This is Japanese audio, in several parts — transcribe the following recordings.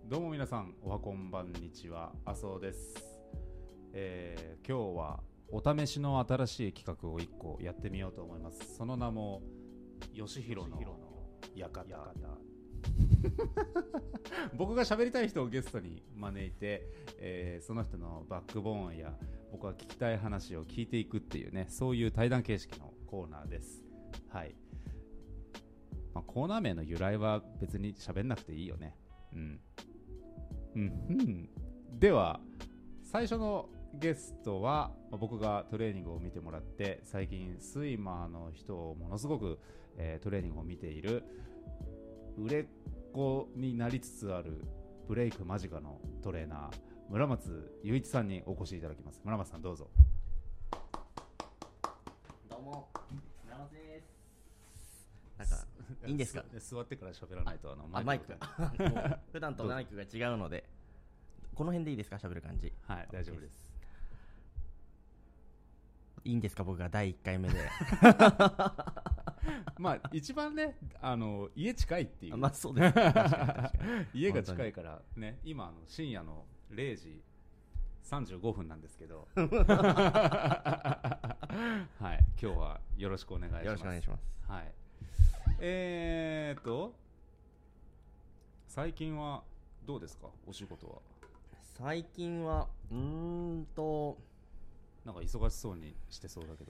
どうも皆さん、おはこんばんにちは、麻生です。今日はお試しの新しい企画を1個やってみようと思います。その名も吉弘の館。僕が喋りたい人をゲストに招いて、その人のバックボーンや僕が聞きたい話を聞いていくっていうね、そういう対談形式のコーナーです。はい。コーナー名の由来は別に喋んなくていいよね。では最初のゲストは僕がトレーニングを見てもらって最近スイマーの人をものすごく、トレーニングを見ている売れっ子になりつつあるブレイク間近のトレーナー村松雄一さんにお越しいただきます。村松さんどうぞ。 どうも村松です。なんかいいんですか？ 座ってから喋らないとマイクが普段とマイクが違うのでこの辺でいいですか？喋る感じ。 はい大丈夫です。 いいんですか？僕が第1回目でまあ一番ね家近いっていう、 まあそうです確かに家が近いからね。今深夜の0時35分なんですけどはい今日はよろしくお願いします。 よろしくお願いします。 はい。最近はどうですか？お仕事は。 最近はなんか忙しそうにしてそうだけど。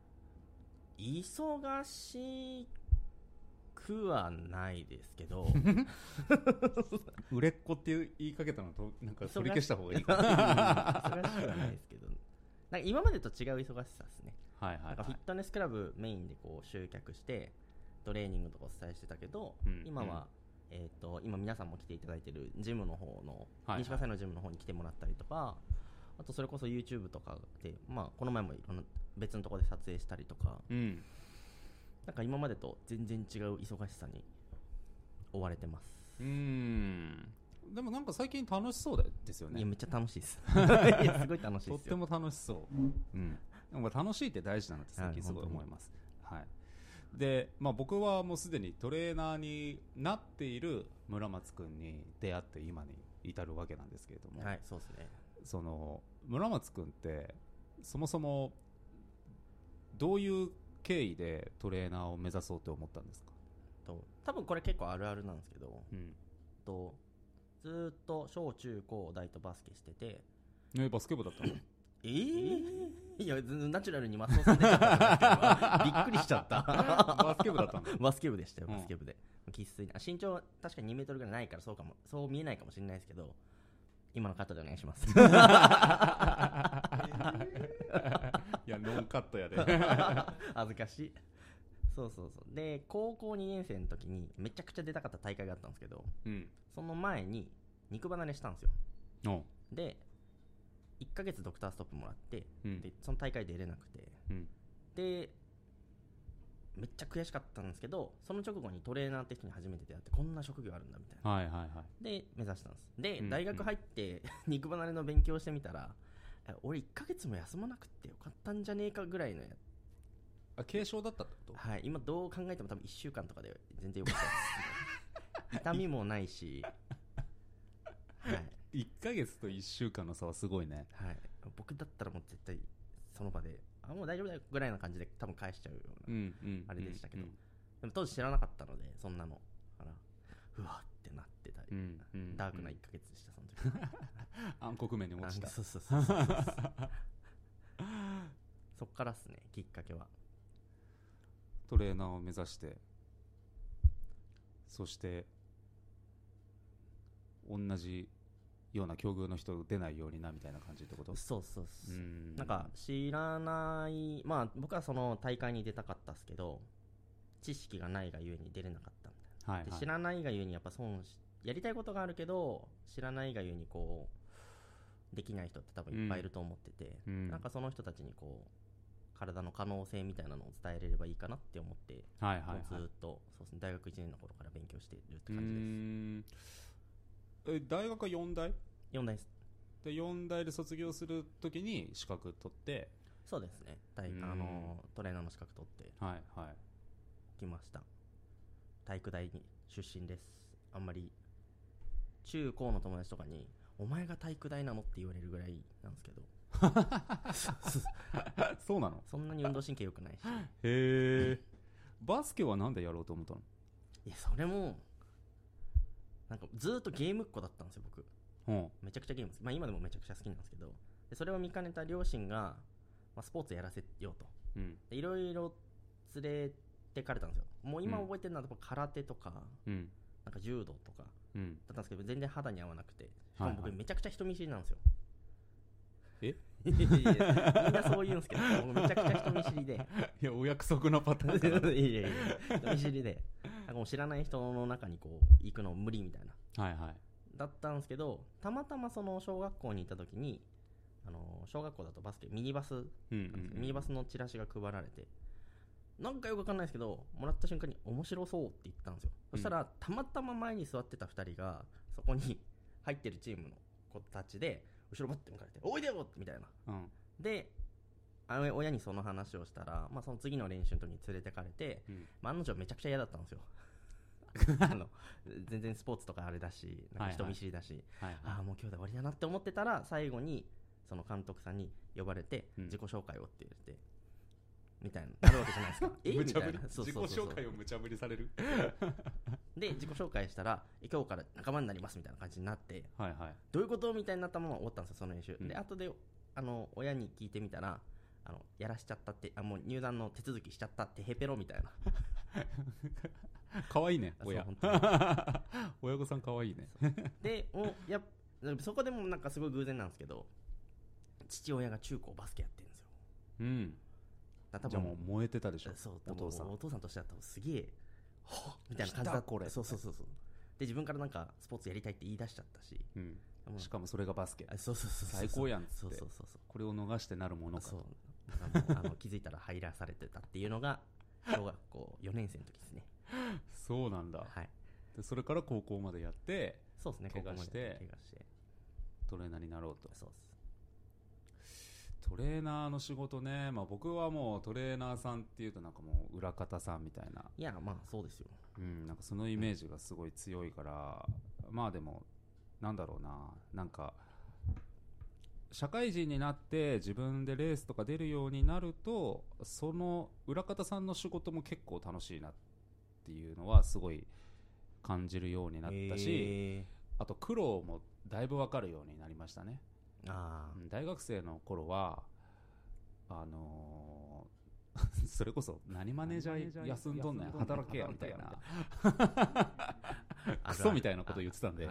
忙しくはないですけど売れっ子って言いかけたのとなんか取り消した方がいいかな忙しくはないですけどなんか今までと違う忙しさですね。 はいはいはい、 なんかフィットネスクラブメインでこう集客してトレーニングとかお伝えしてたけど、今は、今皆さんも来ていただいているジムの方の、西川さんのジムの方に来てもらったりとか、あとそれこそ YouTube とかで、この前もいろんな別のところで撮影したりとか、なんか今までと全然違う忙しさに追われてます。 でもなんか最近楽しそうですよね。 いやめっちゃ楽しいですいやすごい楽しいですよ。 とっても楽しそう、でも楽しいって大事だなって最近すごい思います。はい。で、僕はもうすでにトレーナーになっている村松くんに出会って今に至るわけなんですけれども、 はい、そうですね。 その村松くんってそもそもどういう経緯でトレーナーを目指そうと思ったんですか？ 多分これ結構あるあるなんですけど、ずーっと小中高大とバスケしてて、 バスケ部だったの？ いやナチュラルに松尾さん出ちゃったびっくりしちゃったバスケ部だったんだ。 バスケ部でしたよ。バスケ部で生粋に身長確かに2メートルぐらいないからそう見えないかもしれないですけど、今のカットでお願いしますいやノンカットやで恥ずかしい。そうで高校2年生の時にめちゃくちゃ出たかった大会があったんですけど、その前に肉離れしたんですよ。で1ヶ月ドクターストップもらって、でその大会出れなくて、でめっちゃ悔しかったんですけど、その直後にトレーナーって人に初めて出会って、こんな職業あるんだみたいな、で目指したんです。で、大学入って肉離れの勉強してみたら、俺1ヶ月も休まなくてよかったんじゃねえかぐらいの軽症だったってこと？ はい、今どう考えても多分1週間とかで全然よかったです痛みもないし 1ヶ月と1週間の差はすごいね。 はい、僕だったらもう絶対その場でもう大丈夫だよぐらいな感じで多分返しちゃうようなあれでしたけど、でも当時知らなかったのでそんなのからうわってなってたり、ダークな1ヶ月でしたその時暗黒面に落ちた。 そうそっからっすね、きっかけは。 トレーナーを目指して、そして同じような境遇の人出ないようになみたいな感じってこと？ そうなんか知らない、僕はその大会に出たかったっすけど知識がないがゆえに出れなかったみたいな、で知らないがゆえにやっぱやりたいことがあるけど知らないがゆえにこうできない人って多分いっぱいいると思ってて、なんかその人たちにこう体の可能性みたいなのを伝えれればいいかなって思って、もうずっとそうですね、大学1年の頃から勉強しているって感じです。 大学は4大 4大です。 で4大で卒業するときに資格取って、 そうですね、トレーナーの資格取ってきました。体育大に出身です。あんまり中高の友達とかにお前が体育大なのって言われるぐらいなんですけどそうなの？ そんなに運動神経良くないし。 へえ。バスケはなんでやろうと思ったの？ いやそれもなんかずっとゲームっ子だったんですよ僕。めちゃくちゃゲーム好き、まあ、今でもめちゃくちゃ好きなんですけど、でそれを見かねた両親が、まあ、スポーツやらせようと、いろいろ連れてかれたんですよ。もう今覚えてるのは空手とか、なんか柔道とかだったんですけど、全然肌に合わなくて、しかも僕めちゃくちゃ人見知りなんですよ。 えみんなそう言うんですけど、僕めちゃくちゃ人見知りでいやお約束のパターンかないや人見知りでなんかもう知らない人の中にこう行くの無理みたいな、だったんですけど、たまたまその小学校に行った時に小学校だとバスケミニバスのチラシが配られて、なんかよくわかんないですけどもらった瞬間に面白そうって言ったんですよ。そしたらたまたま前に座ってた2人がそこに入ってるチームの子たちで後ろバッて向かれておいでよみたいな、で親にその話をしたら、まあ、その次の練習の時に連れてかれて、まあ、案の定めちゃくちゃ嫌だったんですよ全然スポーツとかあれだし、なんか人見知りだし、ああもう今日で終わりだなって思ってたら、最後にその監督さんに呼ばれて、自己紹介をって言われてみたいななるわけじゃないですか無茶ぶり、自己紹介を無茶ぶりされるで自己紹介したら今日から仲間になりますみたいな感じになって、どういうことみたいになったまま終わったんですよその練習、で後で親に聞いてみたらやらしちゃったって、もう入団の手続きしちゃったってヘペロみたいなかわいいね親親御さんかわいいねでそこでもなんかすごい偶然なんですけど、父親が中高バスケやってるんですよ。 じゃあもう燃えてたでしょ。 お父さんとしては多分すげえみたいな感じだった。これそうで自分からなんかスポーツやりたいって言い出しちゃったし、 しかもそれがバスケ、 最高やんっつって、これを逃してなるものかと。 気づいたら入らされてたっていうのが小学校4年生の時ですねそうなんだ、でそれから高校までやって、 そうですね、 怪我してトレーナーになろうと。 そうです。 トレーナーの仕事ね、まあ、僕はもうトレーナーさんっていうとなんかもう裏方さんみたいな、 いやまあそうですよ、 なんかそのイメージがすごい強いから、まあでもなんだろうな、なんか社会人になって自分でレースとか出るようになると、その裏方さんの仕事も結構楽しいなっていうのはすごい感じるようになったし、あと苦労もだいぶ分かるようになりましたね。大学生の頃はそれこそ何マネージャー休んどんねん働けやみたいなクソみたいなこと言ってたんで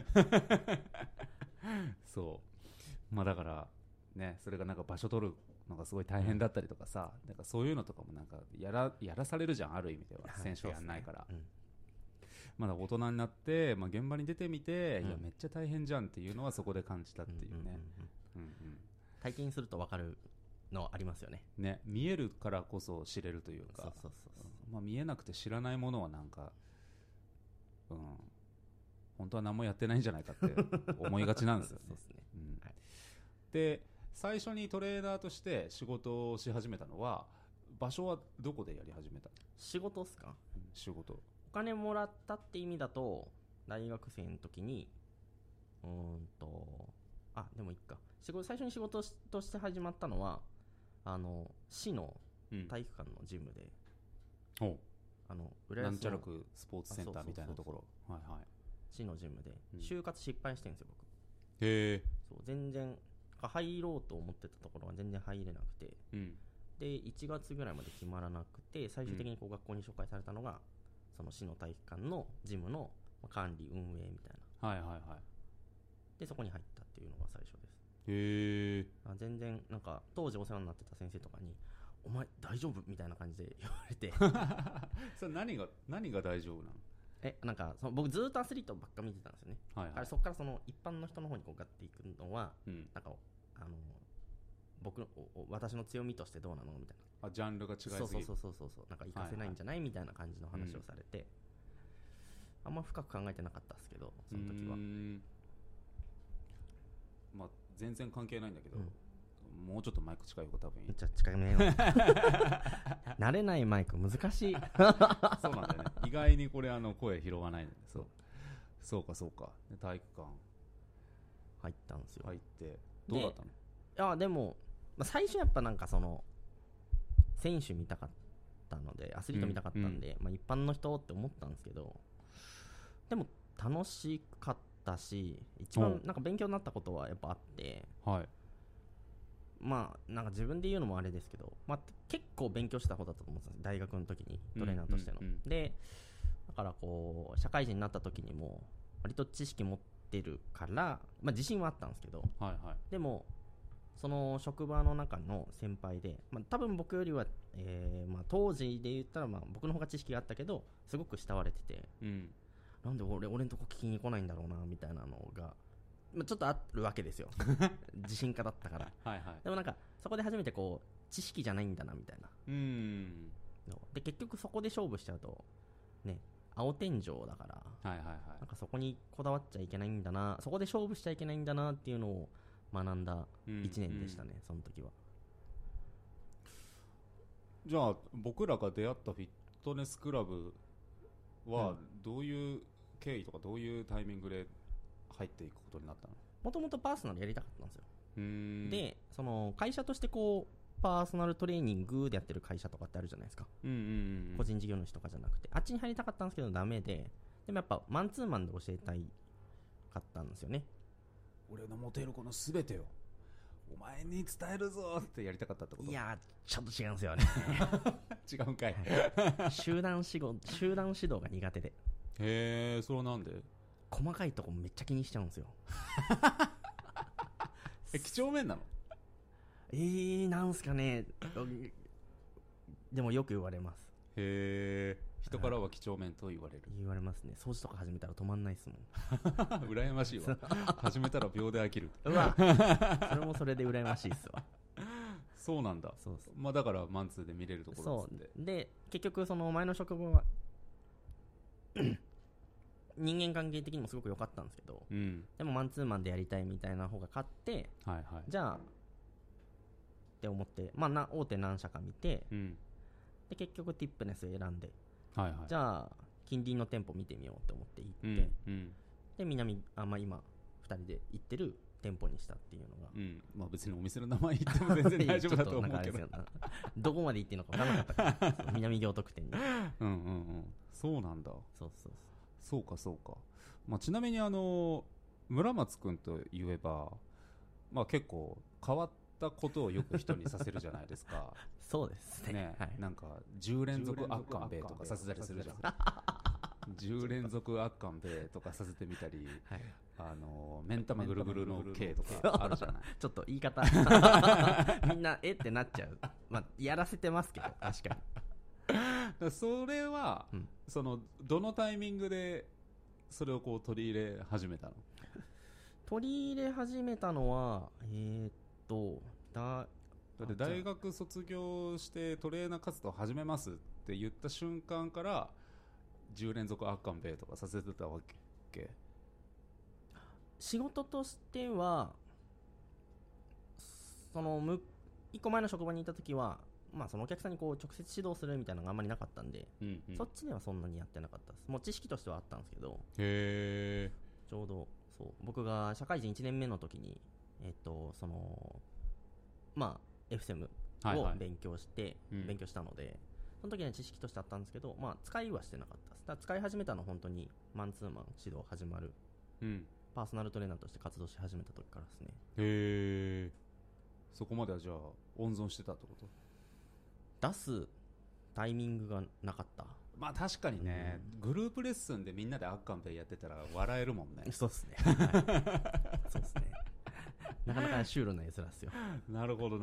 そうまあだからね、それがなんか場所取るのがすごい大変だったりとかさ、なんかそういうのとかもなんかやらされるじゃん、ある意味では選手やんないから、まだ大人になって、まあ、現場に出てみて、いやめっちゃ大変じゃんっていうのはそこで感じたっていうね、 体験すると分かるのありますよね。 見えるからこそ知れるというか、まあ、見えなくて知らないものはなんか、本当は何もやってないんじゃないかって思いがちなんですよねで最初にトレーナーとして仕事をし始めたのは、場所はどこでやり始めたの？仕事っすか？ 仕事、 お金もらったって意味だと大学生の時にでもいいか、最初に仕事として始まったのは市の体育館のジムで、 なんちゃら区スポーツセンターみたいなところ、 市のジムで就活失敗してるんですよ僕。そう全然入ろうと思ってたところが全然入れなくて、で1月ぐらいまで決まらなくて、最終的にこう学校に紹介されたのが、その市の体育館のジムの管理運営みたいな、でそこに入ったっていうのが最初です。全然なんか当時お世話になってた先生とかにお前大丈夫みたいな感じで言われてそれ何が大丈夫なの？ なんか僕ずっとアスリートばっか見てたんですよね、そこからその一般の人の方にこうガッていくのは、なんか私の強みとしてどうなのみたいな、 ジャンルが違いすぎる、 なんか活かせないんじゃない、みたいな感じの話をされて、あんま深く考えてなかったですけど、その時はまあ全然関係ないんだけど、もうちょっとマイク近い方が多分いい。 めっちゃ近めよ慣れないマイク難しいそうなんだよね、意外にこれ声拾わないんで、 そうかそうか。で体育館入ったんですよ。 入ってどうだったの？ いやでも、最初やっぱなんかその選手見たかったので、アスリート見たかったんで、一般の人って思ったんですけど、でも楽しかったし、一番なんか勉強になったことはやっぱあって、 はい、 なんか自分で言うのもあれですけど、結構勉強した方だったと思ってたんです、大学の時にトレーナーとしての。でだからこう社会人になった時にも割と知識持ってるから、自信はあったんですけど、 はいはい、 でもその職場の中の先輩で、多分僕よりは、当時で言ったら僕の方が知識があったけどすごく慕われてて、なんで俺のとこ聞きに来ないんだろうなみたいなのが、ちょっとあるわけですよ自信家だったからはい、はい、 でもなんかそこで初めてこう知識じゃないんだなみたいなで、結局そこで勝負しちゃうとね、青天井だから、 はいはいはい、 なんかそこにこだわっちゃいけないんだな、そこで勝負しちゃいけないんだなっていうのを学んだ1年でしたね、その時は。 じゃあ僕らが出会ったフィットネスクラブはどういう経緯とかどういうタイミングで入っていくことになったの？ もともとパーソナルやりたかったんですよ。でその会社としてこうパーソナルトレーニングでやってる会社とかってあるじゃないですか、個人事業主とかじゃなくて、あっちに入りたかったんですけどダメで、でもやっぱマンツーマンで教えたいかったんですよね。 俺の持てるこの全てをお前に伝えるぞってやりたかったってこと？ いやちょっと違うんですよね違うんかい集団指導が苦手で。 へえ、それはなんで？ 細かいとこめっちゃ気にしちゃうんですよ几帳面なの？ なんすかねでもよく言われます。 へえ、人からは几帳面と言われる。 言われますね。掃除とか始めたら止まんないっすもん羨ましいわ始めたら秒で飽きるうわそれもそれで羨ましいっすわそうなんだ。 そうだからマンツーで見れるところですそうで、結局その前の職場は人間関係的にもすごく良かったんですけど、でもマンツーマンでやりたいみたいな方が勝って、じゃあって思って、大手何社か見て、で結局ティップネス選んで、じゃあ近隣の店舗見てみようって思って行って、で今2人で行ってる店舗にしたっていうのが、 別にお店の名前言っても全然大丈夫だと思うけどどこまで行っていいのか分からなかったから南行徳店にそうなんだ。そうか。ちなみに村松くんといえば、結構変わったことをよく人にさせるじゃないですかそうですね、 なんか10連続アッカンベイとかさせたりするじゃん10連続アッカンベイとかさせてみたり、目ん玉ぐるぐるの K とかあるじゃないちょっと言い方みんなってなっちゃう。やらせてますけど確かにそれは、そのどのタイミングでそれをこう取り入れ始めたの？ 取り入れ始めたのはだって大学卒業してトレーナー活動始めますって言った瞬間から10連続アッカンベイとかさせてたわけ？ 仕事としてはその1個前の職場にいた時はそのお客さんにこう直接指導するみたいなのがあんまりなかったんで、そっちではそんなにやってなかったです。もう知識としてはあったんですけど、 へちょうど僕が社会人1年目の時にそのFSM を勉強したので、その時には知識としてあったんですけど、使いはしてなかったです。だから使い始めたのは本当にマンツーマン指導始まる、パーソナルトレーナーとして活動し始めた時からですね。 へえ、そこまではじゃあ温存してたってこと？ 出すタイミングがなかった。 確かにね、グループレッスンでみんなでアッカンベイやってたら笑えるもんね。 そうっすね、そうっすねなかなかシュールな奴らっすよなるほど、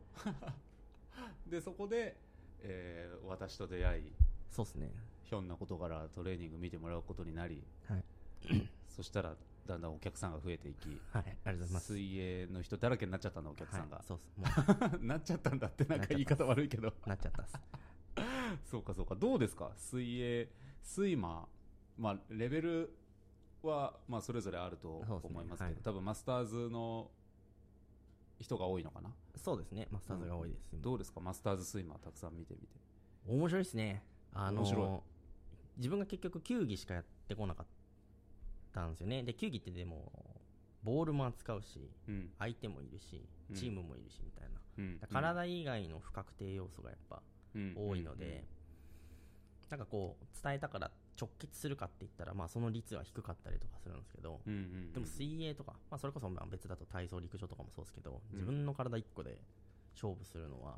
でそこで、私と出会い、 そうっすね、 ひょんなことからトレーニング見てもらうことになり、そしたらだんだんお客さんが増えていき、 ありがとうございます。 水泳の人だらけになっちゃったんだ、お客さんが。 そうっすなっちゃったんだって、なんか言い方悪いけどなっちゃったっすそうか。どうですか、水泳スイマー、レベルはそれぞれあると思いますけど、多分マスターズの人が多いのかな？ そうですね、マスターズが多いです、 どうですか、マスターズスイマーたくさん見てみて。 面白いですね。 面白い。 自分が結局球技しかやってこなかったんですよね。で球技ってでもボールも扱うし、 うん、 相手もいるしチームもいるしみたいな、 うん、 体以外の不確定要素がやっぱ多いので、なんかこう伝えたから直結するかって言ったら、まあその率は低かったりとかするんですけど、でも水泳とか、まあ、それこそ別だと体操陸上とかもそうですけど、自分の体1個で勝負するのは、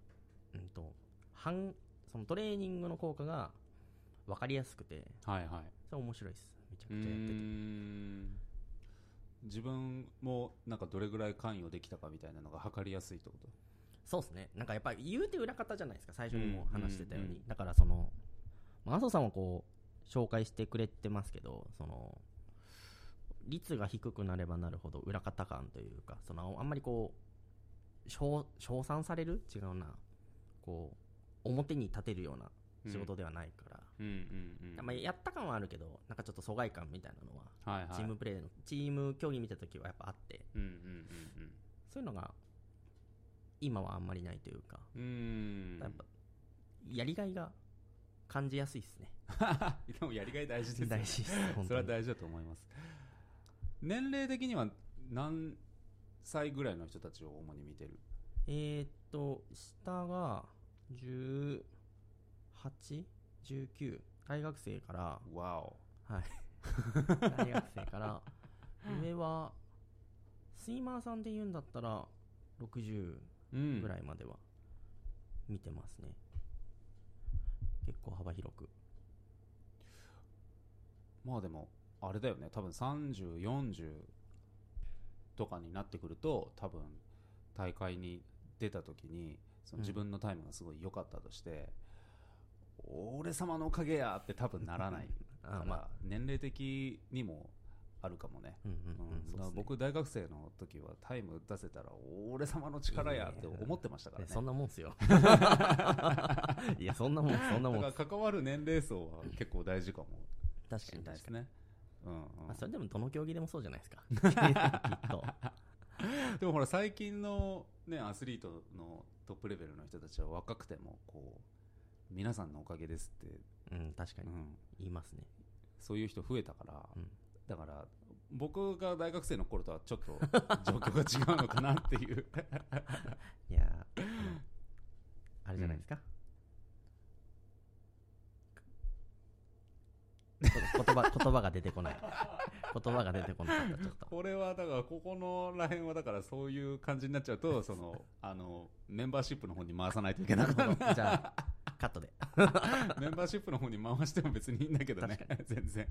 そのトレーニングの効果が分かりやすくて、 はいはい、 それ面白いです。めちゃくちゃやってて、 自分もなんかどれぐらい関与できたかみたいなのが測りやすいってこと？ そうですね。なんかやっぱり言うて裏方じゃないですか、最初にも話してたように、だからその麻生さんはこう紹介してくれてますけど、その率が低くなればなるほど裏方感というか、そのあんまりこう称賛される、違うな、こう表に立てるような仕事ではないから、まあ、やった感はあるけど、なんかちょっと疎外感みたいなのは、はいはい、チームプレーのチーム競技見た時はやっぱあって、そういうのが今はあんまりないというか、やっぱやりがいが感じやすいですね。 でもやりがい大事ですよね。 大事です。 それは大事だと思います。年齢的には何歳ぐらいの人たちを主に見てる？ 下が18、19、大学生から、 わお、 はい大学生から上はスイマーさんで言うんだったら60ぐらいまでは見てますね、結構幅広く。 まあでもあれだよね、多分30、40とかになってくると、多分大会に出た時にその自分のタイムがすごい良かったとして、俺様のおかげやって多分ならないから年齢的にもあるかもね。僕大学生の時はタイム出せたら俺様の力やって思ってましたからね。 そんなもんっすよいやそんなもんだから関わる年齢層は結構大事かも。 確かに確かに、 まあ、それでもどの競技でもそうじゃないですかきっとでもほら最近の、ね、アスリートのトップレベルの人たちは若くてもこう皆さんのおかげですって、 確かに、言いますね。 そういう人増えたから、だから僕が大学生の頃とはちょっと状況が違うのかなっていういやあれじゃないですか、言葉が出てこない言葉が出てこなかった。ちょっとこれはだからここのらへんはだからそういう感じになっちゃうとそのメンバーシップの方に回さないといけなくなる。 じゃあカットでメンバーシップの方に回しても別にいいんだけどね全然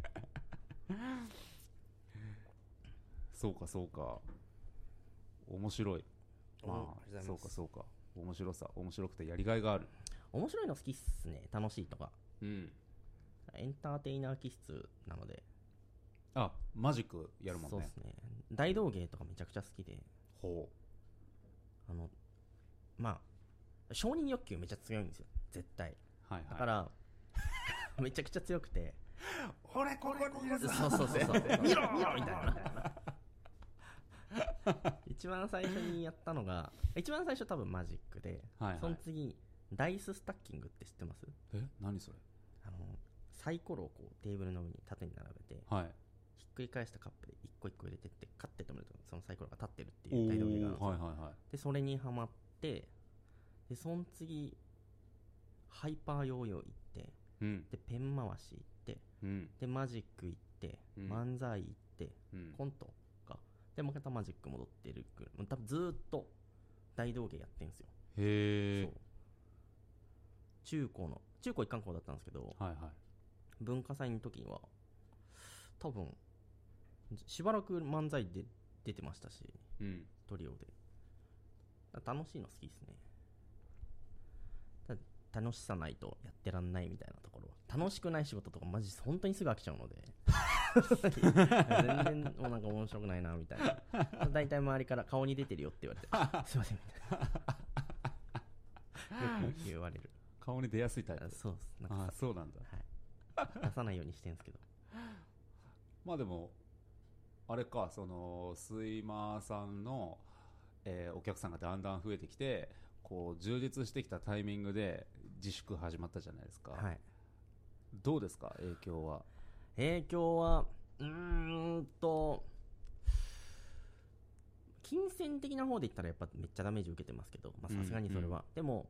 そうかそうか、面白い。まあそうか面白くてやりがいがある。 面白いの好きっすね。楽しいとか、エンターテイナー気質なので。 あ、マジックやるもんね。 そうですね。大道芸とかめちゃくちゃ好きで、まあ承認欲求めちゃ強いんですよ絶対、だからめちゃくちゃ強くて俺ここにいるぞそう見ろみたいな一番最初にやったのが、一番最初多分マジックで、その次ダイススタッキングって知ってます？ 何それ？ サイコロをこうテーブルの上に縦に並べて、ひっくり返したカップで一個一個入れてってカッて止めるとそのサイコロが立ってるっていう大道芸があるんですよ。でそれにハマって、でその次ハイパーヨーヨー行って、でペン回し行って、でマジック行って、漫才行って、コントかでまたマジック戻ってる、多分ずーっと大道芸やってるんですよ。 へえ。 中高一貫校だったんですけど、文化祭の時には多分しばらく漫才で出てましたし、トリオで楽しいの好きですね。楽しさないとやってらんないみたいなところ、楽しくない仕事とかマジ本当にすぐ飽きちゃうので全然もうなんか面白くないなみたいな。だいたい周りから顔に出てるよって言われてすいませんみたいなよく言われる。 顔に出やすいタイプ。 そうっす。 なんかそうなんだ、 出さないようにしてるんですけどまあでもあれか、そのスイマーさんの、お客さんがだんだん増えてきて、こう充実してきたタイミングで自粛始まったじゃないですか。どうですか影響は？ 金銭的な方で言ったらやっぱめっちゃダメージ受けてますけど、さすがにそれは、でも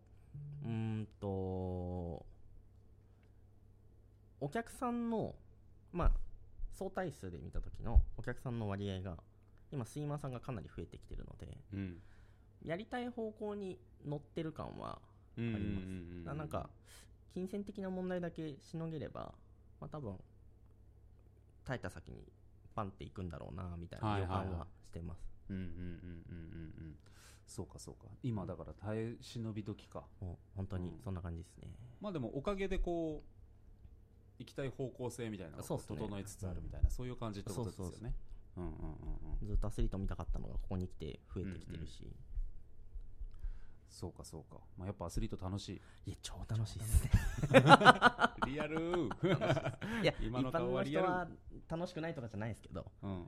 お客さんの相対数で見た時のお客さんの割合が今スイマーさんがかなり増えてきてるので、やりたい方向に乗ってる感はあります。なんか金銭的な問題だけしのげれば、多分耐えた先にパンっていくんだろうなみたいな予感はしてます。 そうかそうか。今だから耐え忍び時か。 本当にそんな感じですね。 でもおかげでこう行きたい方向性みたいなのが整いつつあるみたいな、そういう感じってことですよね。 ずっとアスリート見たかったのがここに来て増えてきてるし、 そうかそうか。やっぱアスリート楽しい。 いや超楽しいですね。 リアル。 いや今の顔はリアル。一般の人は楽しくないとかじゃないですけど、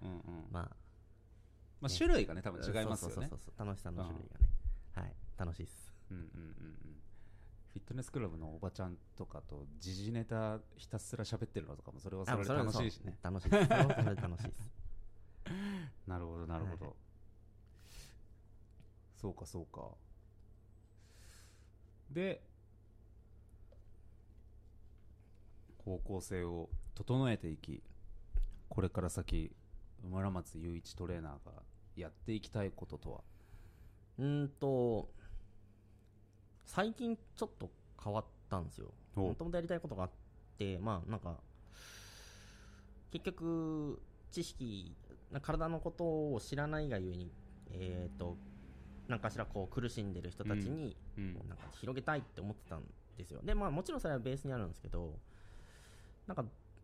種類がね多分違いますよね。 楽しさの種類がね、はい楽しいです。 フィットネスクラブのおばちゃんとかと時事ネタひたすら喋ってるのとかもそれはそれで楽しいしね。 楽しいです。それで楽しいです。 なるほどなるほど。そうかそうか。で方向性を整えていき、これから先村松雄一トレーナーがやっていきたいこととは。 最近ちょっと変わったんですよ。もともとやりたいことがあって、なんか結局知識、体のことを知らないがゆえに何かしらこう苦しんでる人たちになんか広げたいって思ってたんですよ。でもちろんそれはベースにあるんですけど、なんか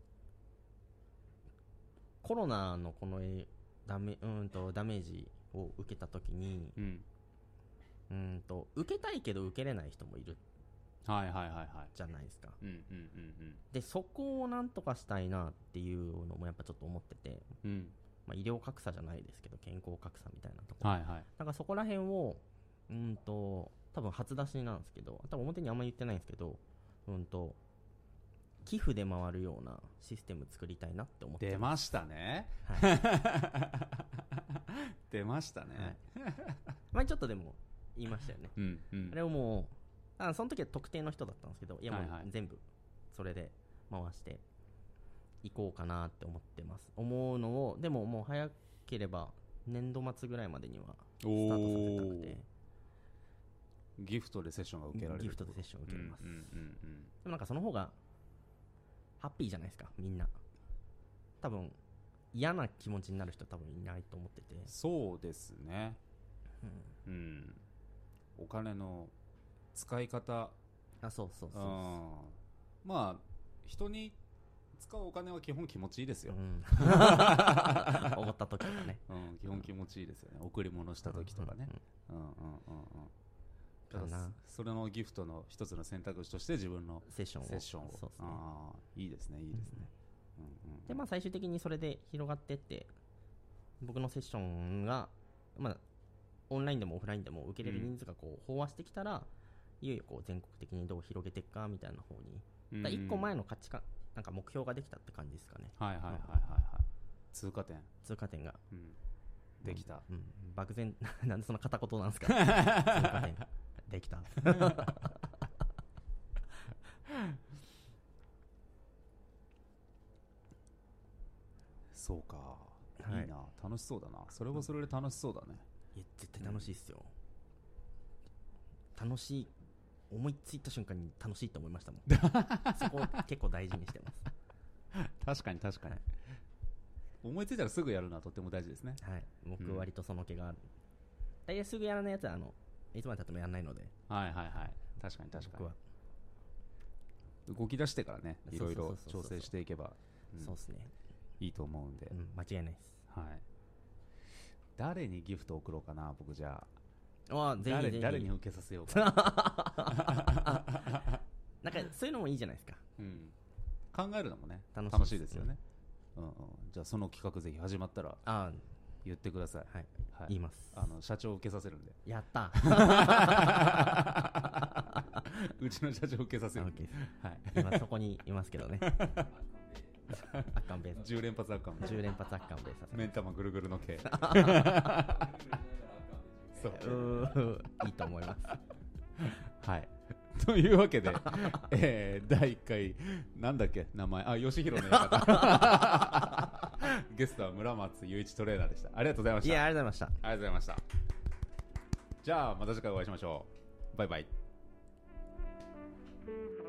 コロナのこのダメージを受けた時に、受けたいけど受けれない人もいるじゃないですか。でそこをなんとかしたいなっていうのもやっぱちょっと思ってて、医療格差じゃないですけど健康格差みたいなところ、なんかそこら辺を多分初出しなんですけど、多分表にあんまり言ってないんですけど、寄付で回るようなシステム作りたいなって思ってます。 出ましたね、出ましたね、 前ちょっとでも言いましたよね。あれをもうその時は特定の人だったんですけど、いやもう全部それで回していこうかなって思ってます。思うのをでももう早ければ年度末ぐらいまでにはスタートさせたくて、 ギフトでセッションが受けられる。 ギフトでセッションを受けれます。でもなんかその方がハッピーじゃないですか、みんな。多分嫌な気持ちになる人多分いないと思ってて。 そうですね、お金の使い方、 そう人に使うお金は基本気持ちいいですよ。 おごった時とかね、 基本気持ちいいですよね。贈り物した時とかね。それのギフトの一つの選択肢として自分のセッションを。いいですねいいですね。 で最終的にそれで広がってって、僕のセッションがオンラインでもオフラインでも受けれる人数がこう飽和してきたら、いよいよこう全国的にどう広げていくかみたいな方に、1個前の価値観、なんか目標ができたって感じですかね。 通過点が、 できた。 漠然なんでその片言なんですか。通過点ができた。 そうか、いいな、楽しそうだな。それはそれで楽しそうだね。 いや絶対楽しいっすよ。楽しい、思いついた瞬間に楽しいと思いましたもん。そこを結構大事にしてます。 確かに、思いついたらすぐやるのはとても大事ですね。 僕割とその気がある。大体すぐやらないやつはいつまでたってもやらないので。 確かに僕は動き出してからね、いろいろ調整していけばそうですね、 いいと思うんで。 間違いないです。 誰にギフトを送ろうかな、僕。じゃあぜひ誰に受けさせようかな。 なんかそういうのもいいじゃないですか。 考えるのもね楽しいですよね。じゃあその企画ぜひ始まったら言ってください。 言います。 社長を受けさせるんで。 やったうちの社長を受けさせるんで。 今そこにいますけどね。 アッカンベース 10連発アッカン 10連発アッカンベース目ん玉ぐるぐるの毛そういいと思いますはいというわけで、第1回なんだっけ名前吉弘の館ゲストは村松雄一トレーナーでした。ありがとうございました。 いやありがとうございました。 ありがとうございました。じゃあまた次回お会いしましょう。バイバイ。